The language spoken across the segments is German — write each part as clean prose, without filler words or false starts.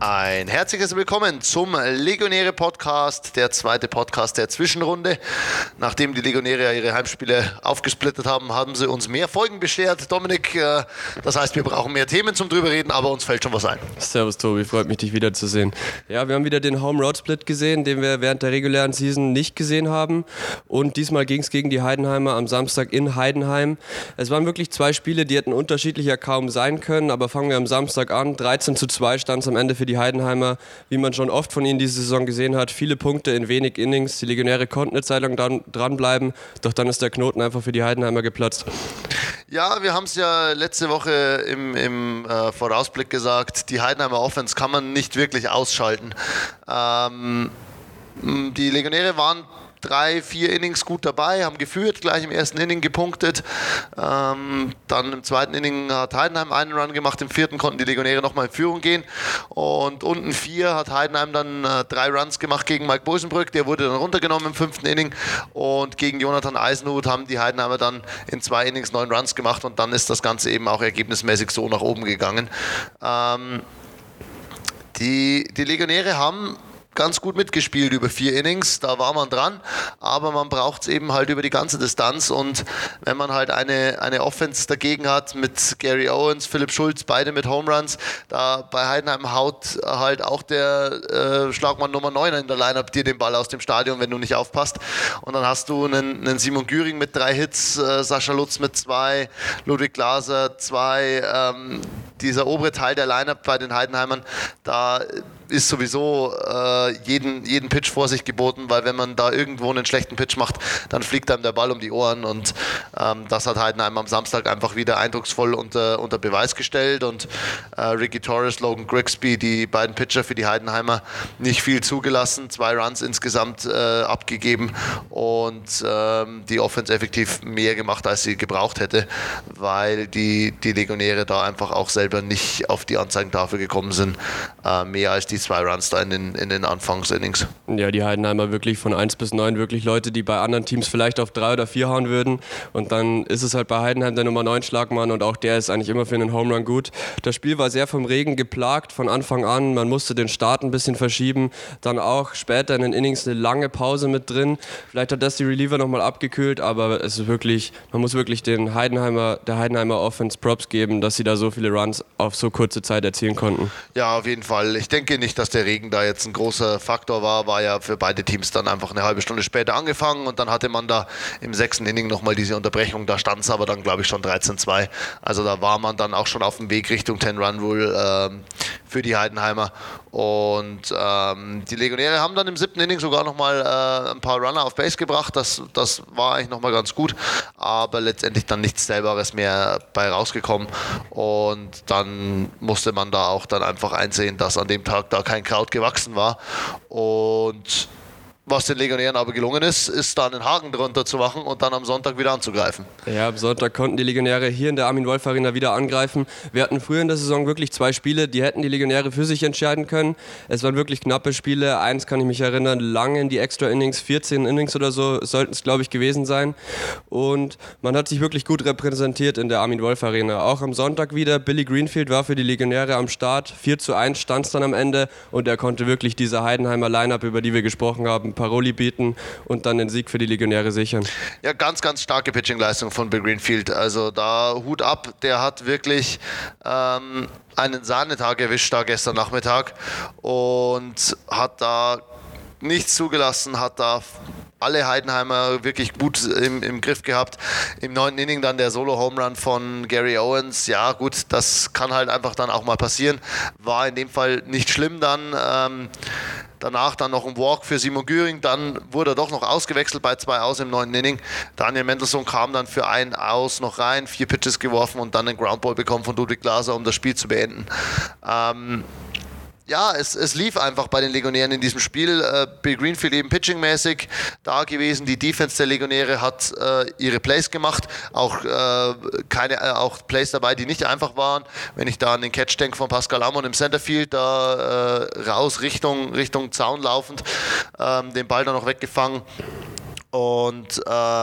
Ein herzliches Willkommen zum Legionäre-Podcast, der zweite Podcast der Zwischenrunde. Nachdem die Legionäre ihre Heimspiele aufgesplittet haben, haben sie uns mehr Folgen beschert. Dominik, das heißt, wir brauchen mehr Themen zum drüber reden, aber uns fällt schon was ein. Servus Tobi, freut mich, dich wiederzusehen. Ja, wir haben wieder den Home-Road-Split gesehen, den wir während der regulären Season nicht gesehen haben. Und diesmal ging es gegen die Heidenheimer am Samstag in Heidenheim. Es waren wirklich zwei Spiele, die hätten unterschiedlicher kaum sein können, aber fangen wir am Samstag an. 13:2 stand es am Ende für die Heidenheimer, wie man schon oft von ihnen diese Saison gesehen hat. Viele Punkte in wenig Innings. Die Legionäre konnten eine Zeit lang dranbleiben, doch dann ist der Knoten einfach für die Heidenheimer geplatzt. Ja, wir haben es ja letzte Woche im Vorausblick gesagt, die Heidenheimer Offense kann man nicht wirklich ausschalten. Die Legionäre waren 3-4 Innings gut dabei, haben geführt, gleich im ersten Inning gepunktet. Dann im zweiten Inning hat Heidenheim einen Run gemacht, im vierten konnten die Legionäre nochmal in Führung gehen. Und unten 4 hat Heidenheim dann 3 Runs gemacht gegen Mike Bosenbrück, der wurde dann runtergenommen im 5. Inning. Und gegen Jonathan Eisenhut haben die Heidenheimer dann in 2 Innings 9 Runs gemacht und dann ist das Ganze eben auch ergebnismäßig so nach oben gegangen. Die Legionäre haben ganz gut mitgespielt über 4 Innings, da war man dran, aber man braucht es eben halt über die ganze Distanz und wenn man halt eine Offense dagegen hat mit Gary Owens, Philipp Schulz, beide mit Home Runs, da bei Heidenheim haut halt auch der Schlagmann Nummer 9 in der Lineup dir den Ball aus dem Stadion, wenn du nicht aufpasst und dann hast du einen Simon Güring mit 3 Hits, Sascha Lutz mit 2, Ludwig Glaser 2, dieser obere Teil der Lineup bei den Heidenheimern, da ist sowieso jeden Pitch vor sich geboten, weil wenn man da irgendwo einen schlechten Pitch macht, dann fliegt einem der Ball um die Ohren und das hat Heidenheim am Samstag einfach wieder eindrucksvoll unter Beweis gestellt und Ricky Torres, Logan Grigsby, die beiden Pitcher für die Heidenheimer, nicht viel zugelassen, 2 Runs insgesamt abgegeben und die Offense effektiv mehr gemacht, als sie gebraucht hätte, weil die Legionäre da einfach auch selber nicht auf die Anzeigentafel gekommen sind, mehr als die 2 Runs da in den Anfangsinnings. Ja, die Heidenheimer wirklich von 1 bis 9 wirklich Leute, die bei anderen Teams vielleicht auf 3 oder 4 hauen würden und dann ist es halt bei Heidenheim der Nummer 9 Schlagmann und auch der ist eigentlich immer für einen Home Run gut. Das Spiel war sehr vom Regen geplagt von Anfang an, man musste den Start ein bisschen verschieben, dann auch später in den Innings eine lange Pause mit drin. Vielleicht hat das die Reliever nochmal abgekühlt, aber es ist wirklich, man muss wirklich der Heidenheimer Offense Props geben, dass sie da so viele Runs auf so kurze Zeit erzielen konnten. Ja, auf jeden Fall. Ich denke nicht, dass der Regen da jetzt ein großer Faktor war ja für beide Teams dann einfach eine halbe Stunde später angefangen und dann hatte man da im 6. Inning nochmal diese Unterbrechung, da stand es aber dann glaube ich schon 13:2, also da war man dann auch schon auf dem Weg Richtung 10-Run-Rule für die Heidenheimer und die Legionäre haben dann im 7. Inning sogar nochmal ein paar Runner auf Base gebracht, das war eigentlich nochmal ganz gut, aber letztendlich dann nichts Selberes mehr bei rausgekommen und dann musste man da auch dann einfach einsehen, dass an dem Tag da kein Kraut gewachsen war und was den Legionären aber gelungen ist da einen Haken drunter zu machen und dann am Sonntag wieder anzugreifen. Ja, am Sonntag konnten die Legionäre hier in der Armin-Wolf-Arena wieder angreifen. Wir hatten früher in der Saison wirklich 2 Spiele, die hätten die Legionäre für sich entscheiden können. Es waren wirklich knappe Spiele. Eins kann ich mich erinnern, lange in die Extra-Innings, 14 Innings oder so sollten es, glaube ich, gewesen sein. Und man hat sich wirklich gut repräsentiert in der Armin-Wolf-Arena. Auch am Sonntag wieder, Billy Greenfield war für die Legionäre am Start. 4:1 stand es dann am Ende und er konnte wirklich diese Heidenheimer Line-Up, über die wir gesprochen haben, Paroli bieten und dann den Sieg für die Legionäre sichern. Ja, ganz, ganz starke Pitching-Leistung von Bill Greenfield. Also da Hut ab, der hat wirklich einen Sahnetag erwischt da gestern Nachmittag und hat da nichts zugelassen, hat da alle Heidenheimer wirklich gut im Griff gehabt. Im 9. Inning dann der Solo-Home-Run von Gary Owens. Ja gut, das kann halt einfach dann auch mal passieren. War in dem Fall nicht schlimm dann. Danach dann noch ein Walk für Simon Güring, dann wurde er doch noch ausgewechselt bei 2 Aus im 9. Inning. Daniel Mendelssohn kam dann für 1 Aus noch rein, 4 Pitches geworfen und dann einen Groundball bekommen von Ludwig Glaser, um das Spiel zu beenden. Ja, es lief einfach bei den Legionären in diesem Spiel. Bill Greenfield eben pitchingmäßig da gewesen. Die Defense der Legionäre hat ihre Plays gemacht. Auch Plays dabei, die nicht einfach waren. Wenn ich da an den Catch denke von Pascal Amon im Centerfield, da raus Richtung Zaun laufend, den Ball dann noch weggefangen. Und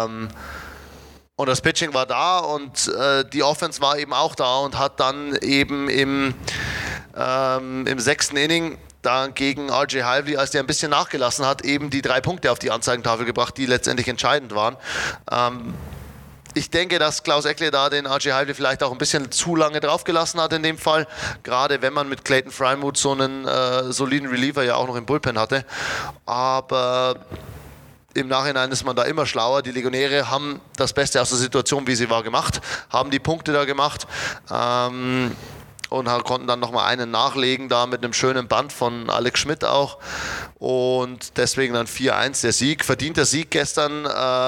das Pitching war da und die Offense war eben auch da und hat dann eben im im 6. Inning dann gegen RJ Hively, als der ein bisschen nachgelassen hat, eben die 3 Punkte auf die Anzeigentafel gebracht, die letztendlich entscheidend waren. Ich denke, dass Klaus Eckle da den RJ Hively vielleicht auch ein bisschen zu lange draufgelassen hat in dem Fall, gerade wenn man mit Clayton Frymuth so einen soliden Reliever ja auch noch im Bullpen hatte. Aber im Nachhinein ist man da immer schlauer. Die Legionäre haben das Beste aus der Situation, wie sie war, gemacht, haben die Punkte da gemacht. Und konnten dann nochmal einen nachlegen, da mit einem schönen Band von Alex Schmidt auch. Und deswegen dann 4-1 der Sieg. Verdienter Sieg gestern,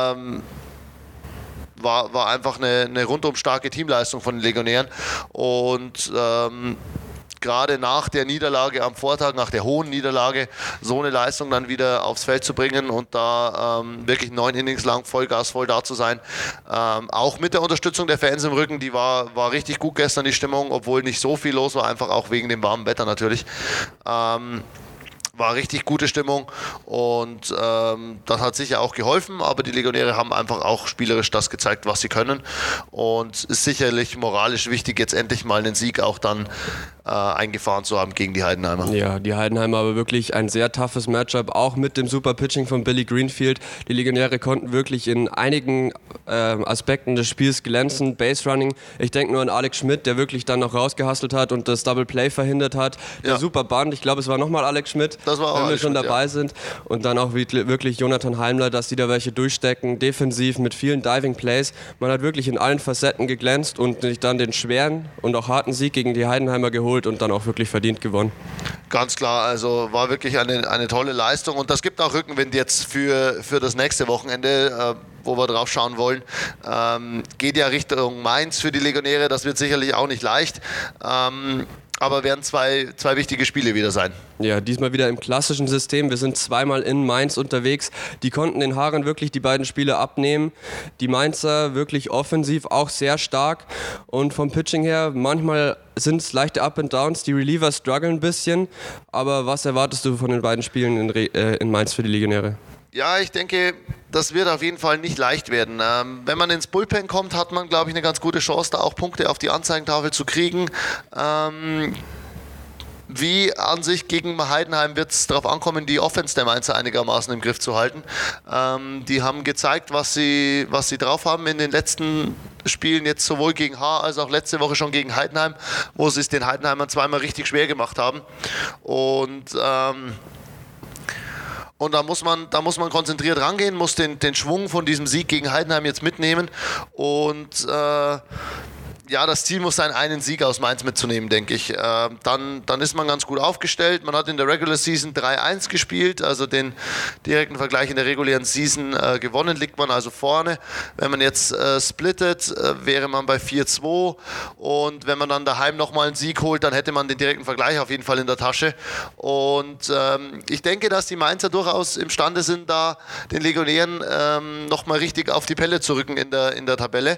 war einfach eine rundum starke Teamleistung von den Legionären. Und gerade nach der Niederlage am Vortag, nach der hohen Niederlage, so eine Leistung dann wieder aufs Feld zu bringen und da wirklich 9 Innings lang Vollgas voll da zu sein. Auch mit der Unterstützung der Fans im Rücken, die war richtig gut gestern, die Stimmung, obwohl nicht so viel los war, einfach auch wegen dem warmen Wetter natürlich. War richtig gute Stimmung und das hat sicher auch geholfen, aber die Legionäre haben einfach auch spielerisch das gezeigt, was sie können und ist sicherlich moralisch wichtig, jetzt endlich mal einen Sieg auch dann eingefahren zu haben gegen die Heidenheimer. Ja, die Heidenheimer aber wirklich ein sehr toughes Matchup, auch mit dem super Pitching von Billy Greenfield. Die Legionäre konnten wirklich in einigen Aspekten des Spiels glänzen. Base Running, ich denke nur an Alex Schmidt, der wirklich dann noch rausgehustelt hat und das Double Play verhindert hat. Der super Band, ich glaube es war nochmal Alex Schmidt, das war auch wenn wir schon Schmidt, dabei sind. Und dann auch wirklich Jonathan Heimler, dass die da welche durchstecken, defensiv mit vielen Diving Plays. Man hat wirklich in allen Facetten geglänzt und sich dann den schweren und auch harten Sieg gegen die Heidenheimer geholt und dann auch wirklich verdient gewonnen. Ganz klar, also war wirklich eine tolle Leistung und das gibt auch Rückenwind jetzt für das nächste Wochenende, wo wir drauf schauen wollen. Geht ja Richtung Mainz für die Legionäre, das wird sicherlich auch nicht leicht. Aber werden zwei wichtige Spiele wieder sein. Ja, diesmal wieder im klassischen System. Wir sind zweimal in Mainz unterwegs. Die konnten den Haaren wirklich die beiden Spiele abnehmen. Die Mainzer wirklich offensiv auch sehr stark. Und vom Pitching her, manchmal sind es leichte Up and Downs. Die Reliever strugglen ein bisschen. Aber was erwartest du von den beiden Spielen in Mainz für die Legionäre? Ja, ich denke, das wird auf jeden Fall nicht leicht werden. Wenn man ins Bullpen kommt, hat man, glaube ich, eine ganz gute Chance, da auch Punkte auf die Anzeigentafel zu kriegen. Wie an sich gegen Heidenheim wird es darauf ankommen, die Offense der Mainzer einigermaßen im Griff zu halten. Die haben gezeigt, was sie drauf haben in den letzten Spielen, jetzt sowohl gegen Haar als auch letzte Woche schon gegen Heidenheim, wo sie es den Heidenheimern zweimal richtig schwer gemacht haben. Und da muss man konzentriert rangehen, muss den Schwung von diesem Sieg gegen Heidenheim jetzt mitnehmen und das Ziel muss sein, einen Sieg aus Mainz mitzunehmen, denke ich. Dann ist man ganz gut aufgestellt. Man hat in der Regular Season 3-1 gespielt, also den direkten Vergleich in der regulären Season gewonnen, liegt man also vorne. Wenn man jetzt splittet, wäre man bei 4-2 und wenn man dann daheim nochmal einen Sieg holt, dann hätte man den direkten Vergleich auf jeden Fall in der Tasche. Und ich denke, dass die Mainzer durchaus imstande sind, da den Legionären nochmal richtig auf die Pelle zu rücken in der Tabelle.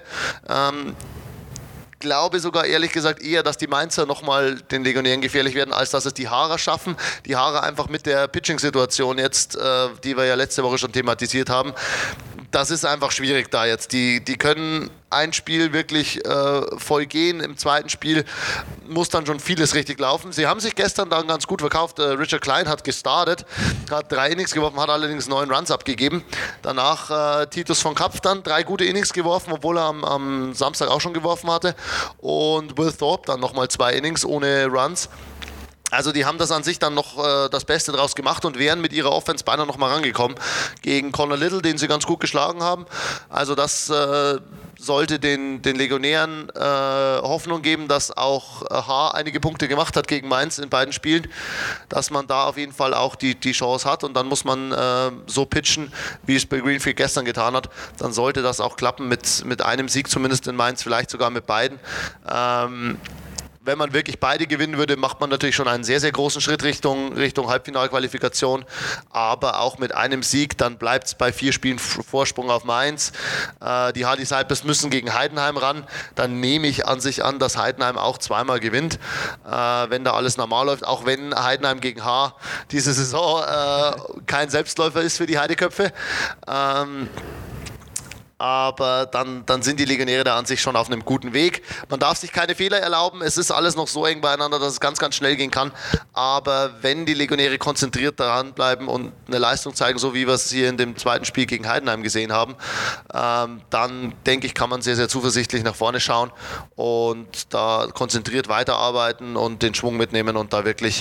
Glaube sogar ehrlich gesagt eher, dass die Mainzer nochmal den Legionären gefährlich werden, als dass es die Haarer schaffen. Die Haarer einfach mit der Pitching-Situation jetzt, die wir ja letzte Woche schon thematisiert haben, das ist einfach schwierig da jetzt. Die können ein Spiel wirklich voll gehen, im zweiten Spiel muss dann schon vieles richtig laufen. Sie haben sich gestern dann ganz gut verkauft. Richard Klein hat gestartet, hat 3 Innings geworfen, hat allerdings 9 Runs abgegeben. Danach Titus von Kapf dann 3 gute Innings geworfen, obwohl er am Samstag auch schon geworfen hatte. Und Will Thorpe dann nochmal 2 Innings ohne Runs. Also die haben das an sich dann noch das Beste draus gemacht und wären mit ihrer Offense beinahe noch mal rangekommen gegen Connor Little, den sie ganz gut geschlagen haben. Also das sollte den Legionären Hoffnung geben, dass auch Haar einige Punkte gemacht hat gegen Mainz in beiden Spielen, dass man da auf jeden Fall auch die Chance hat und dann muss man so pitchen, wie es Bill Greenfield gestern getan hat. Dann sollte das auch klappen mit einem Sieg zumindest in Mainz, vielleicht sogar mit beiden. Wenn man wirklich beide gewinnen würde, macht man natürlich schon einen sehr, sehr großen Schritt Richtung Halbfinalqualifikation. Aber auch mit einem Sieg, dann bleibt es bei 4 Spielen Vorsprung auf Mainz. Die Hardy Cyclones müssen gegen Heidenheim ran. Dann nehme ich an sich an, dass Heidenheim auch zweimal gewinnt, wenn da alles normal läuft. Auch wenn Heidenheim gegen Haar diese Saison kein Selbstläufer ist für die Heideköpfe. aber dann sind die Legionäre da an sich schon auf einem guten Weg. Man darf sich keine Fehler erlauben, es ist alles noch so eng beieinander, dass es ganz, ganz schnell gehen kann, aber wenn die Legionäre konzentriert daran bleiben und eine Leistung zeigen, so wie wir es hier in dem zweiten Spiel gegen Heidenheim gesehen haben, dann denke ich, kann man sehr, sehr zuversichtlich nach vorne schauen und da konzentriert weiterarbeiten und den Schwung mitnehmen und da wirklich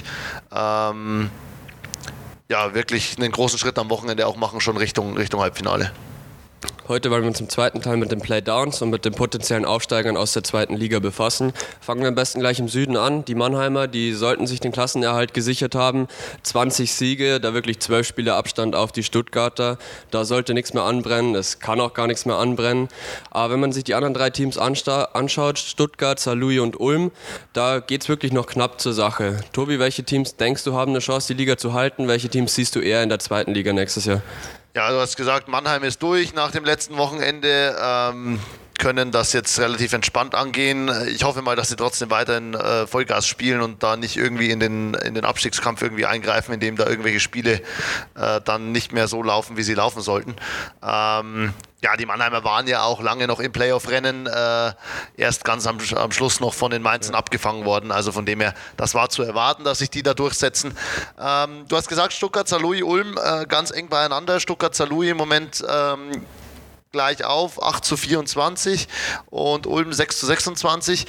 wirklich einen großen Schritt am Wochenende auch machen, schon Richtung Halbfinale. Heute wollen wir uns im zweiten Teil mit den Playdowns und mit den potenziellen Aufsteigern aus der zweiten Liga befassen. Fangen wir am besten gleich im Süden an. Die Mannheimer, die sollten sich den Klassenerhalt gesichert haben. 20 Siege, da wirklich 12 Spiele Abstand auf die Stuttgarter. Da sollte nichts mehr anbrennen, es kann auch gar nichts mehr anbrennen. Aber wenn man sich die anderen 3 Teams anschaut, Stuttgart, Saarlouis und Ulm, da geht es wirklich noch knapp zur Sache. Tobi, welche Teams denkst du haben eine Chance, die Liga zu halten? Welche Teams siehst du eher in der zweiten Liga nächstes Jahr? Ja, du hast gesagt, Mannheim ist durch nach dem letzten Wochenende, können das jetzt relativ entspannt angehen. Ich hoffe mal, dass sie trotzdem weiterhin Vollgas spielen und da nicht irgendwie in den Abstiegskampf irgendwie eingreifen, indem da irgendwelche Spiele dann nicht mehr so laufen, wie sie laufen sollten. Die Mannheimer waren ja auch lange noch im Playoff-Rennen, erst ganz am Schluss noch von den Mainzern abgefangen worden. Also von dem her, das war zu erwarten, dass sich die da durchsetzen. Du hast gesagt, Stuttgart, Saarlouis, Ulm, ganz eng beieinander. Stuttgart, Saarlouis im Moment gleich auf, 8:24 und Ulm 6:26.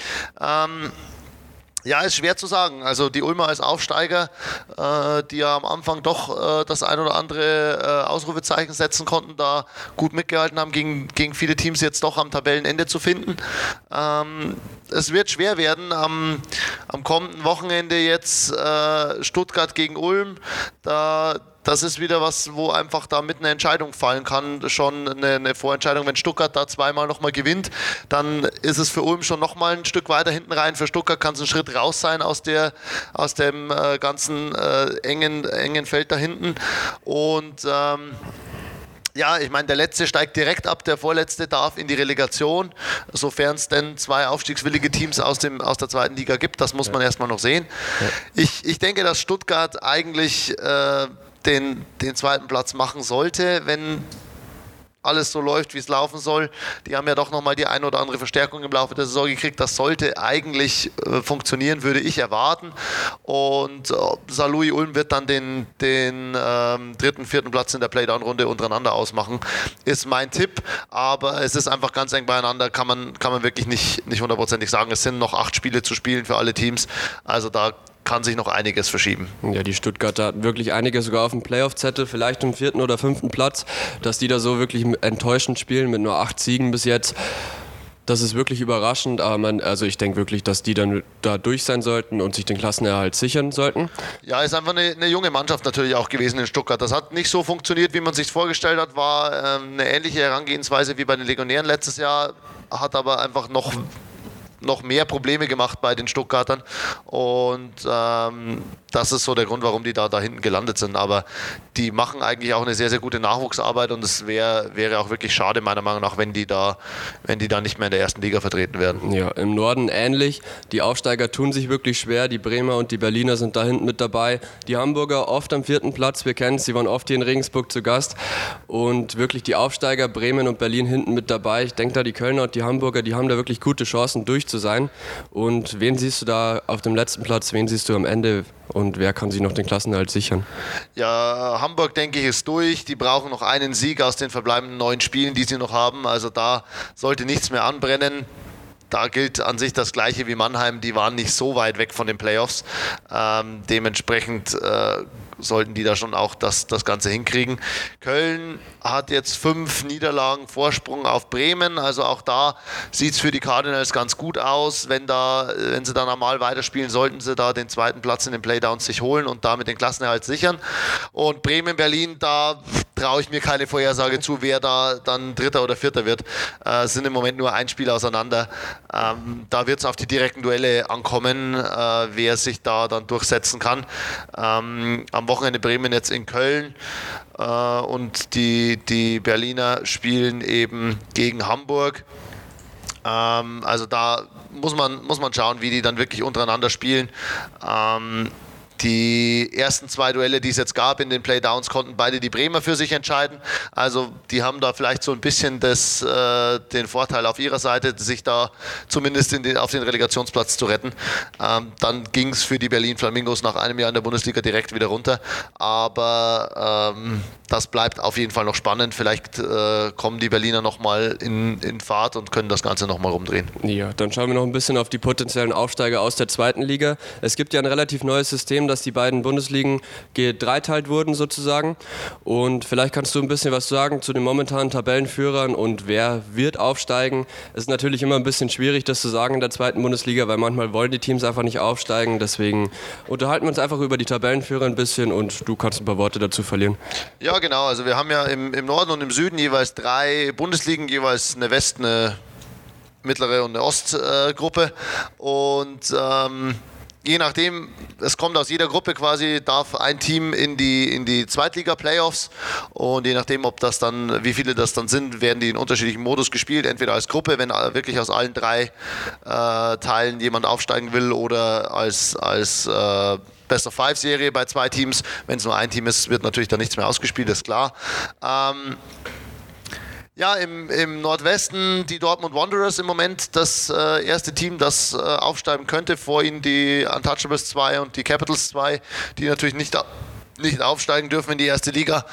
Ist schwer zu sagen. Also die Ulmer als Aufsteiger, die ja am Anfang doch das ein oder andere Ausrufezeichen setzen konnten, da gut mitgehalten haben, gegen viele Teams jetzt doch am Tabellenende zu finden. Es wird schwer werden am kommenden Wochenende jetzt Stuttgart gegen Ulm. Das ist wieder was, wo einfach da mit einer Entscheidung fallen kann, schon eine Vorentscheidung. Wenn Stuttgart da zweimal nochmal gewinnt, dann ist es für Ulm schon nochmal ein Stück weiter hinten rein. Für Stuttgart kann es ein Schritt raus sein aus dem ganzen engen Feld da hinten. Und ich meine, der Letzte steigt direkt ab, der Vorletzte darf in die Relegation, sofern es denn 2 aufstiegswillige Teams aus der zweiten Liga gibt. Das muss man erstmal noch sehen. Ja. Ich denke, dass Stuttgart eigentlich den zweiten Platz machen sollte, wenn alles so läuft, wie es laufen soll. Die haben ja doch nochmal die ein oder andere Verstärkung im Laufe der Saison gekriegt. Das sollte eigentlich funktionieren, würde ich erwarten. Und Saarlouis Ulm wird dann den 3., 4. Platz in der Playdown-Runde untereinander ausmachen, ist mein Tipp. Aber es ist einfach ganz eng beieinander, kann man wirklich nicht hundertprozentig sagen. Es sind noch 8 Spiele zu spielen für alle Teams. Also da kann sich noch einiges verschieben. Ja, die Stuttgarter hatten wirklich einiges sogar auf dem Playoff-Zettel, vielleicht im 4. oder 5. Platz, dass die da so wirklich enttäuschend spielen mit nur 8 Siegen bis jetzt. Das ist wirklich überraschend, aber ich denke wirklich, dass die dann da durch sein sollten und sich den Klassenerhalt sichern sollten. Ja, ist einfach eine junge Mannschaft natürlich auch gewesen in Stuttgart. Das hat nicht so funktioniert, wie man sich vorgestellt hat, war eine ähnliche Herangehensweise wie bei den Legionären letztes Jahr, hat aber einfach noch mehr Probleme gemacht bei den Stuttgartern und das ist so der Grund, warum die da hinten gelandet sind, aber die machen eigentlich auch eine sehr, sehr gute Nachwuchsarbeit und es wäre auch wirklich schade meiner Meinung nach, wenn die da nicht mehr in der ersten Liga vertreten werden. Ja, im Norden ähnlich, die Aufsteiger tun sich wirklich schwer, die Bremer und die Berliner sind da hinten mit dabei, die Hamburger oft am 4. Platz, wir kennen es, sie waren oft hier in Regensburg zu Gast und wirklich die Aufsteiger Bremen und Berlin hinten mit dabei, ich denke da die Kölner und die Hamburger, die haben da wirklich gute Chancen durch zu sein. Und wen siehst du da auf dem letzten Platz, wen siehst du am Ende und wer kann sich noch den Klassenerhalt sichern? Ja, Hamburg, denke ich, ist durch. Die brauchen noch einen Sieg aus den verbleibenden 9 Spielen, die sie noch haben. Also da sollte nichts mehr anbrennen. Da gilt an sich das Gleiche wie Mannheim. Die waren nicht so weit weg von den Playoffs. Dementsprechend sollten die da schon auch das Ganze hinkriegen. Köln hat jetzt 5 Niederlagen Vorsprung auf Bremen, also auch da sieht es für die Cardinals ganz gut aus. Wenn sie da normal weiterspielen, sollten sie da den 2. Platz in den Playdowns sich holen und damit den Klassenerhalt sichern. Und Bremen, Berlin, da traue ich mir keine Vorhersage zu, wer da dann 3. oder 4. wird. Es sind im Moment nur ein Spiel auseinander. Da wird es auf die direkten Duelle ankommen, wer sich da dann durchsetzen kann. Am Wochenende Bremen jetzt in Köln und die Berliner spielen eben gegen Hamburg. Also da muss man schauen, wie die dann wirklich untereinander spielen. Die ersten 2 Duelle, die es jetzt gab in den Playdowns, konnten beide die Bremer für sich entscheiden. Also die haben da vielleicht so ein bisschen den Vorteil auf ihrer Seite, sich da zumindest auf den Relegationsplatz zu retten. Dann ging es für die Berlin Flamingos nach einem Jahr in der Bundesliga direkt wieder runter. Aber das bleibt auf jeden Fall noch spannend. Vielleicht kommen die Berliner nochmal in Fahrt und können das Ganze nochmal rumdrehen. Ja, dann schauen wir noch ein bisschen auf die potenziellen Aufsteiger aus der 2. Liga. Es gibt ja ein relativ neues System, dass die beiden Bundesligen gedreiteilt wurden sozusagen. Und vielleicht kannst du ein bisschen was sagen zu den momentanen Tabellenführern und wer wird aufsteigen. Es ist natürlich immer ein bisschen schwierig, das zu sagen in der 2. Bundesliga, weil manchmal wollen die Teams einfach nicht aufsteigen. Deswegen unterhalten wir uns einfach über die Tabellenführer ein bisschen und du kannst ein paar Worte dazu verlieren. Ja, genau. Also wir haben ja im Norden und im Süden jeweils 3 Bundesligen, jeweils eine West-, eine mittlere und eine Ostgruppe. Und je nachdem, es kommt aus jeder Gruppe quasi, darf ein Team in die Zweitliga-Playoffs und je nachdem, wie viele das dann sind, werden die in unterschiedlichen Modus gespielt, entweder als Gruppe, wenn wirklich aus allen 3 Teilen jemand aufsteigen will oder als Best-of-5-Serie bei 2 Teams. Wenn es nur ein Team ist, wird natürlich dann nichts mehr ausgespielt, ist klar. Ja, im Nordwesten die Dortmund Wanderers im Moment das erste Team, das aufsteigen könnte. Vor ihnen die Untouchables 2 und die Capitals 2, die natürlich nicht aufsteigen dürfen in die erste Liga.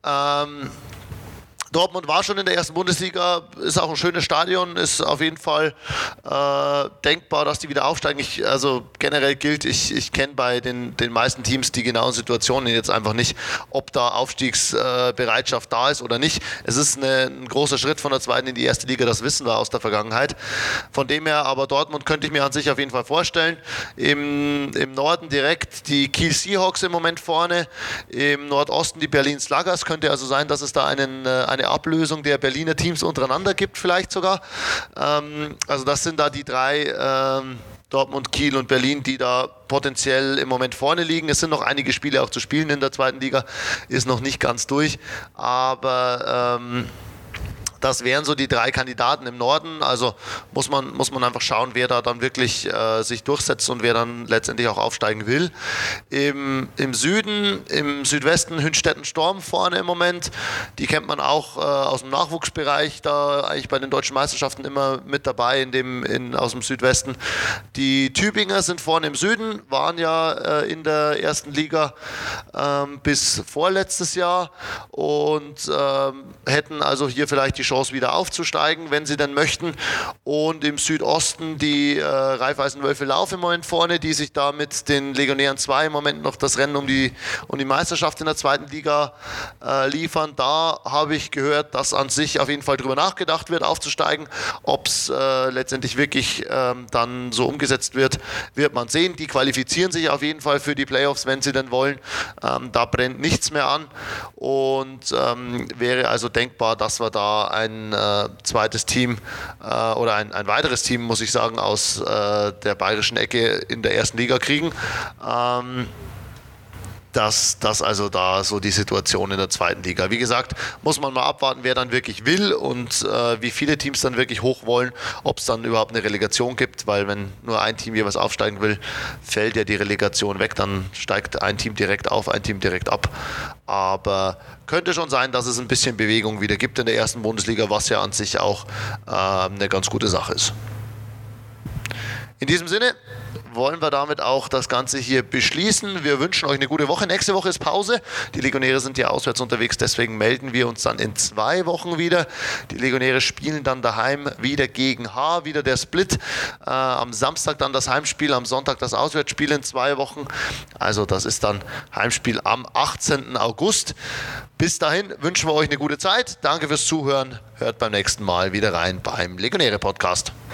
Dortmund war schon in der 1. Bundesliga, ist auch ein schönes Stadion, ist auf jeden Fall denkbar, dass die wieder aufsteigen. Also generell gilt, ich kenne bei den meisten Teams die genauen Situationen jetzt einfach nicht, ob da Aufstiegsbereitschaft da ist oder nicht. Es ist ein großer Schritt von der 2. in die 1. Liga, das wissen wir aus der Vergangenheit. Von dem her, aber Dortmund könnte ich mir an sich auf jeden Fall vorstellen. Im Norden direkt die Kiel Seahawks im Moment vorne, im Nordosten die Berlin Sluggers. Könnte also sein, dass es da eine Ablösung der Berliner Teams untereinander gibt, vielleicht sogar. Also das sind da die 3, Dortmund, Kiel und Berlin, die da potenziell im Moment vorne liegen. Es sind noch einige Spiele auch zu spielen in der 2. Liga, ist noch nicht ganz durch, aber das wären so die 3 Kandidaten im Norden. Also muss man einfach schauen, wer da dann wirklich sich durchsetzt und wer dann letztendlich auch aufsteigen will. Im Süden, im Südwesten Hünstetten Storm vorne im Moment. Die kennt man auch aus dem Nachwuchsbereich, da eigentlich bei den deutschen Meisterschaften immer mit dabei aus dem Südwesten. Die Tübinger sind vorne im Süden, waren ja in der 1. Liga bis vorletztes Jahr und hätten also hier vielleicht die Chance wieder aufzusteigen, wenn sie denn möchten. Und im Südosten die Raiffeisen-Wölfe Lauf im Moment vorne, die sich da mit den Legionären 2 im Moment noch das Rennen um die Meisterschaft in der 2. Liga liefern. Da habe ich gehört, dass an sich auf jeden Fall drüber nachgedacht wird, aufzusteigen. Ob es letztendlich wirklich dann so umgesetzt wird man sehen. Die qualifizieren sich auf jeden Fall für die Playoffs, wenn sie denn wollen. Da brennt nichts mehr an und wäre also denkbar, dass wir da ein zweites Team oder ein weiteres Team, muss ich sagen, aus der bayerischen Ecke in der 1. Liga kriegen. Das also da so die Situation in der 2. Liga. Wie gesagt, muss man mal abwarten, wer dann wirklich will und wie viele Teams dann wirklich hoch wollen, ob es dann überhaupt eine Relegation gibt, weil wenn nur ein Team jeweils aufsteigen will, fällt ja die Relegation weg, dann steigt ein Team direkt auf, ein Team direkt ab. Aber könnte schon sein, dass es ein bisschen Bewegung wieder gibt in der 1. Bundesliga, was ja an sich auch eine ganz gute Sache ist. In diesem Sinne wollen wir damit auch das Ganze hier beschließen. Wir wünschen euch eine gute Woche. Nächste Woche ist Pause. Die Legionäre sind ja auswärts unterwegs, deswegen melden wir uns dann in 2 Wochen wieder. Die Legionäre spielen dann daheim wieder gegen H, wieder der Split. Am Samstag dann das Heimspiel, am Sonntag das Auswärtsspiel in 2 Wochen. Also das ist dann Heimspiel am 18. August. Bis dahin wünschen wir euch eine gute Zeit. Danke fürs Zuhören. Hört beim nächsten Mal wieder rein beim Legionäre Podcast.